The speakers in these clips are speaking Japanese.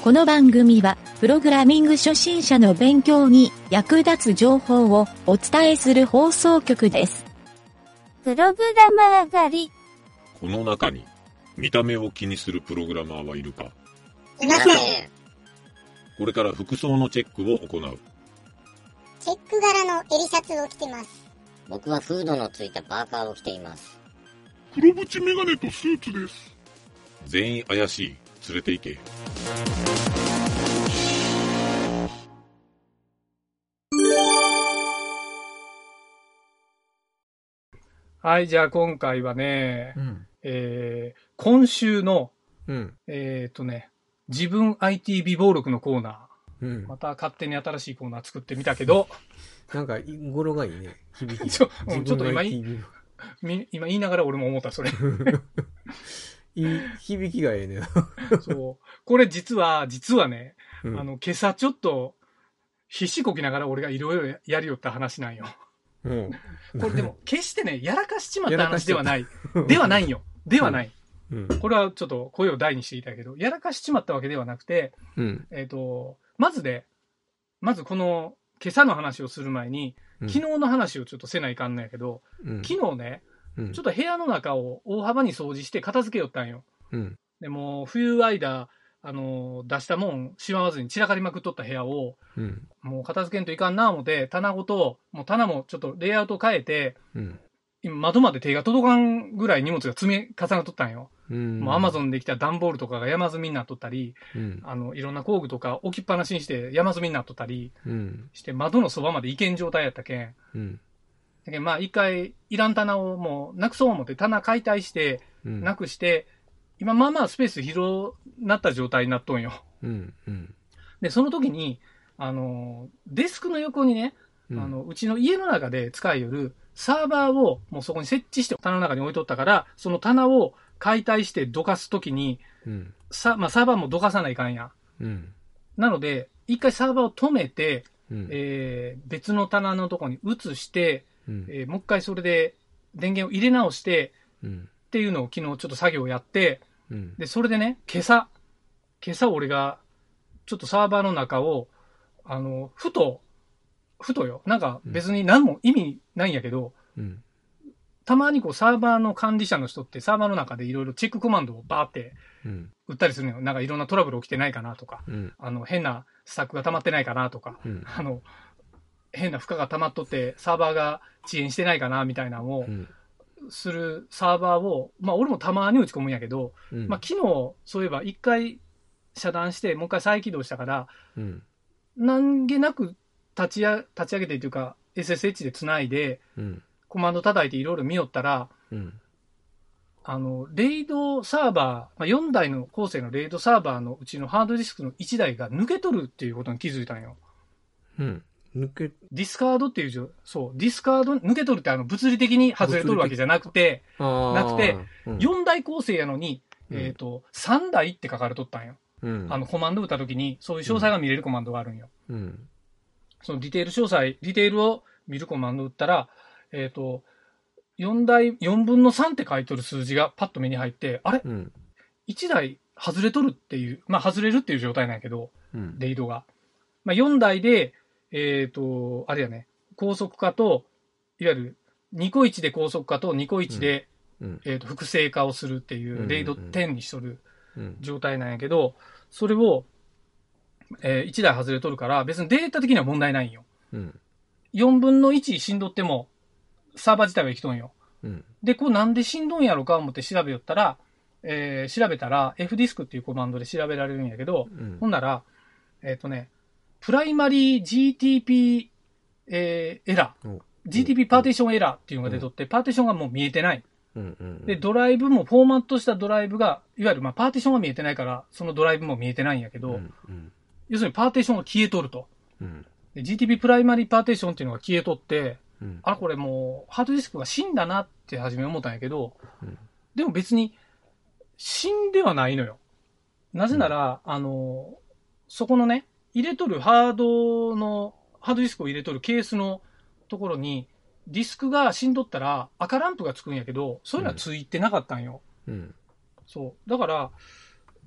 この番組は、プログラミング初心者の勉強に役立つ情報をお伝えする放送局です。 プログラマー狩り。 この中に、見た目を気にするプログラマーはいるか？ いません。 これから服装のチェックを行う。 チェック柄の襟シャツを着てます。 僕はフードのついたパーカーを着ています。 黒縁メガネとスーツです。 全員怪しい。連れて行け。 はい、じゃあ今回はね、今週の、自分 IT 美貌録のコーナー、また勝手に新しいコーナー作ってみたけど、 なんか語呂がいいね、響き。 ちょっと今言いながら俺も思った、それ。 いい響きがええね。 そう。これ実はね、今朝ちょっと必死こきながら俺がいろいろやりよった話なんよ。これでも決してね、やらかしちまった話ではない。ではないよ。ではない。これはちょっと声を大にしていたけど、やらかしちまったわけではなくて、まずこの今朝の話をする前に、昨日の話をちょっとせないかんのやけど、昨日ね、ちょっと部屋の中を大幅に掃除して片付けよったんよ。でも冬間、出したもんしまわずに散らかりまくっとった部屋を、もう片付けんといかんな思って、棚ごと、もう棚もちょっとレイアウト変えて、今窓まで手が届かんぐらい荷物が積み重なっとったんよ。もうアマゾンできた段ボールとかが山積みになっとったり、いろんな工具とか置きっぱなしにして山積みになっとったりして、窓のそばまで行けん状態やったけん。だけどまあ一回いらん棚をもうなくそう思って棚解体して、なくして、今まあまあスペース広なった状態になっとんよ。で、その時に、デスクの横にね、うちの家の中で使いよるサーバーをもうそこに設置して棚の中に置いとったから、その棚を解体してどかすときに、サーバーもどかさないかんや。なので、一回サーバーを止めて、別の棚のとこに移して、もう一回それで電源を入れ直して、っていうのを昨日ちょっと作業をやって、で、それでね、今朝俺が、ちょっとサーバーの中を、ふとよ。なんか別に何も意味ないんやけど、たまにこうサーバーの管理者の人ってサーバーの中でいろいろチェックコマンドをバーって打ったりするのよ。なんかいろんなトラブル起きてないかなとか、変なスタックが溜まってないかなとか、変な負荷が溜まっとってサーバーが遅延してないかなみたいなのをするサーバーを、まあ俺もたまに打ち込むんやけど、まあ昨日そういえば一回遮断してもう一回再起動したから、何気なく立ち上げてというか SSH で繋いで、コマンド叩いていろいろ見よったら、レイドサーバー、4台の構成のレイドサーバーのうちのハードディスクの1台が抜け取るっていうことに気づいたんよ。ディスカードっていう、そう、ディスカード、抜け取るって物理的に外れ取るわけじゃなくて、4台構成やのに、3台って書かれとったんよ。コマンド打った時に、そういう詳細が見れるコマンドがあるんよ。そのディテールを見るコマンド打ったら、4分の3って書いとる数字がパッと目に入って、あれ、1台外れとるっていう、まあ外れるっていう状態なんやけど、レイドが。まあ4台で、あれやね、高速化と、いわゆる2個1で高速化と2個1で、複製化をするっていうレイド10にしとる状態なんやけど、それを、1台外れとるから別にデータ的には問題ないんよ。4分の1しんどってもサーバー自体は生きとんよ。で、これなんでしんどんやろか思って調べよったら、調べたら fdisk っていうコマンドで調べられるんやけど、ほんなら、プライマリー GTP、エラー、GTP パーティションエラーっていうのが出とって、パーティションがもう見えてない。で、ドライブもフォーマットしたドライブが、いわゆるまあパーティションは見えてないから、そのドライブも見えてないんやけど、要するにパーティションが消えとると。で GTP プライマリーパーティションっていうのが消えとって、あ、これもうハードディスクが死んだなって初め思ったんやけど、でも別に死んではないのよ。なぜなら、そこのね、入れとるハードディスクを入れとるケースのところに、ディスクが死んどったら赤ランプがつくんやけど、そういうのはついてなかったんよ。そう。だから、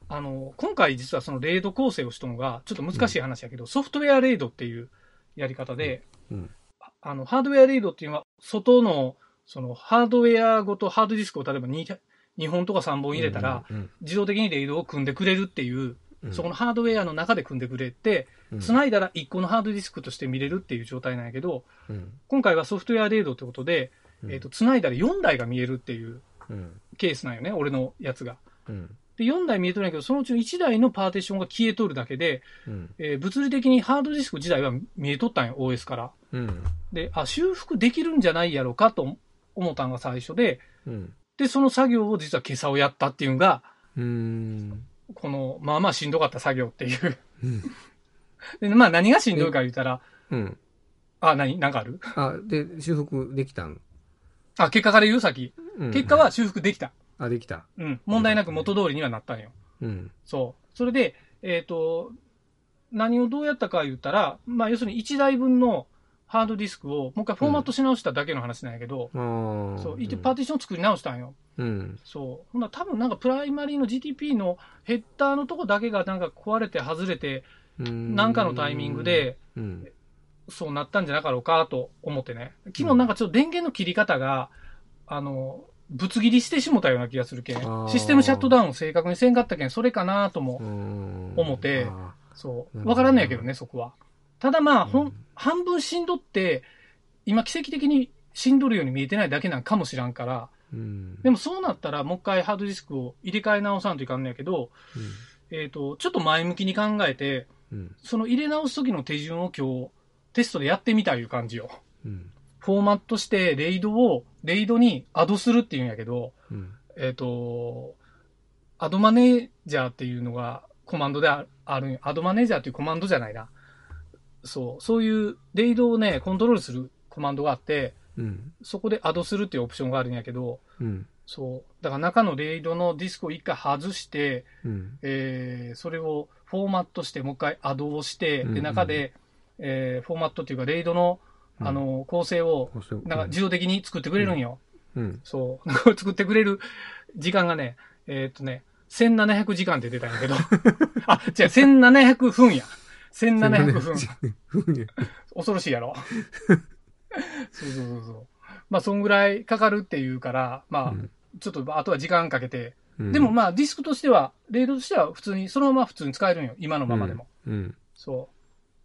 今回実はそのレイド構成をしたのが、ちょっと難しい話やけど、ソフトウェアレイドっていうやり方で、ハードウェアレイドっていうのは、外の、そのハードウェアごとハードディスクを例えば2本とか3本入れたら、自動的にレイドを組んでくれるっていう、そこのハードウェアの中で組んでくれて、繋いだら1個のハードディスクとして見れるっていう状態なんやけど、今回はソフトウェアレイドってことで、繋いだら4台が見えるっていうケースなんよね、俺のやつが。で、4台見えとるんやけど、そのうちの1台のパーティションが消えとるだけで、物理的にハードディスク自体は見えとったんよ、OS から。で、修復できるんじゃないやろかと思ったのが最初で、で、その作業を実は今朝をやったっていうのが、この、まあまあしんどかった作業っていう。で、まあ何がしんどいか言ったら、なんかある？ で、修復できたん？ 結果から言う先。結果は修復できた。 できた。 問題なく元通りにはなったんよ。そう。それで、何をどうやったか言ったら、まあ要するに1台分のハードディスクをもう一回フォーマットし直しただけの話なんやけど、そう、パーティションを作り直したんよ。そう。ほんなら多分なんかプライマリーの GTP のヘッダーのとこだけがなんか壊れて外れて、なんかのタイミングで、そうなったんじゃなかろうかと思ってね。昨日なんかちょっと電源の切り方が、ぶつ切りしてしもたような気がするけん。システムシャットダウンを正確にせんかったけん、それかなとも思って、そう。わからんのやけどね、そこは。ただまあ、半分しんどって、今奇跡的にしんどるように見えてないだけなんかもしらんから、でもそうなったらもう一回ハードディスクを入れ替え直さんといかんのやけど、ちょっと前向きに考えて、その入れ直す時の手順を今日テストでやってみたいう感じよ。フォーマットしてレイドにアドするっていうんやけど、アドマネージャーっていうのがコマンドであるんよ。アドマネージャーっていうコマンドじゃないな。そういうレイドをね、コントロールするコマンドがあって、そこでアドするっていうオプションがあるんやけど、そう。だから中のレイドのディスクを一回外して、それをフォーマットして、もう一回アドをして、で、中で、フォーマットっていうか、レイドの、構成を、なんか自動的に作ってくれるんよ。そう。作ってくれる時間がね、1700時間って出たんやけど、1700分や。1700分。恐ろしいやろ。そう。まあ、そんぐらいかかるっていうから、まあ、ちょっと、あとは時間かけて。でもまあ、ディスクとしては、レイドとしては普通に、そのまま普通に使えるんよ。今のままでも。そう。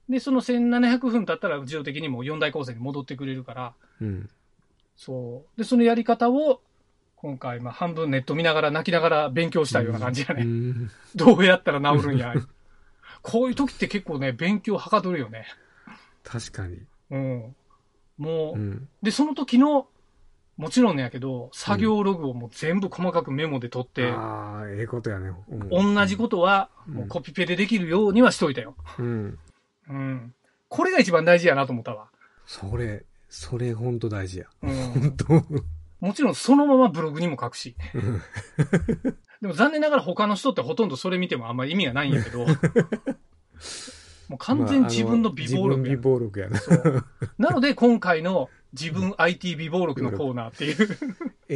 で、その1700分経ったら自動的にもう4台構成に戻ってくれるから、そう。で、そのやり方を、今回、まあ、半分ネット見ながら泣きながら勉強したような感じやね。どうやったら治るんや。こういう時って結構ね、勉強はかどるよね。 確かに。 もう、で、その時の、もちろんねやけど、作業ログをもう全部細かくメモで取って、 ええことやね。 同じことは、もうコピペでできるようにはしといたよ。これが一番大事やなと思ったわ。 それほんと大事や。 本当。もちろんそのままブログにも書くし。でも残念ながら他の人ってほとんどそれ見てもあんまり意味がないんやけど、もう完全に自分の美貌録や。 美貌録やな。 なので今回の自分 IT 美貌録のコーナーっていう。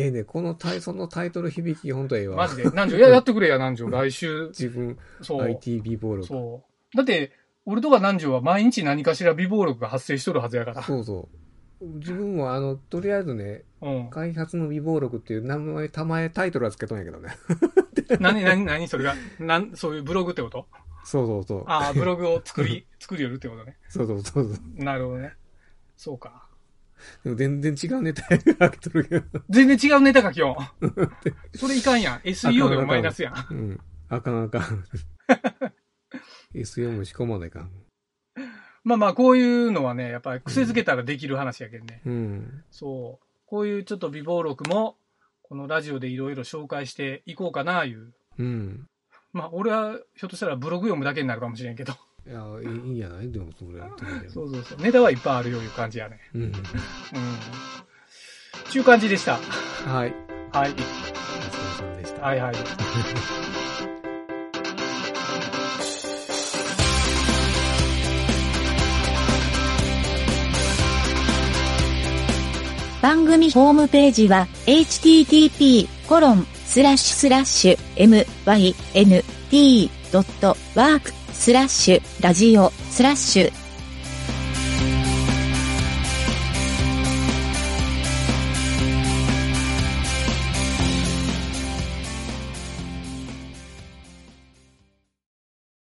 ね、このそのタイトル響きほんとええわ。 マジで。南條、やってくれや、南條。来週。 自分 IT 美貌録。 そう。だって、俺とか南條は毎日何かしら美貌録が発生しとるはずやから。 そうそう。自分もとりあえずね、開発の美貌録っていう名前タイトルはつけとんやけどね。 何それが、そういうブログってこと？ そう。 ブログを作りよるってことね。 そう。 なるほどね。そうか。 でも全然違うネタ書きとるけど。 全然違うネタ書きよ。それいかんやん。SEO でもマイナスやん。 あかん。SEO も仕込まないかん。 まあ、こういうのはね、やっぱり癖づけたらできる話やけどね。そう。こういうちょっと美貌録も、このラジオでいろいろ紹介していこうかな、いう。まあ、俺はひょっとしたらブログ読むだけになるかもしれんけど。 いや、いいんじゃないでも、それ。 そう。ネタはいっぱいあるよ、いう感じやね。ちゅう感じでした。 はい。 はい。 お疲れ様でした。 はい。 番組ホームページは http:// mynt.work/ラジオ/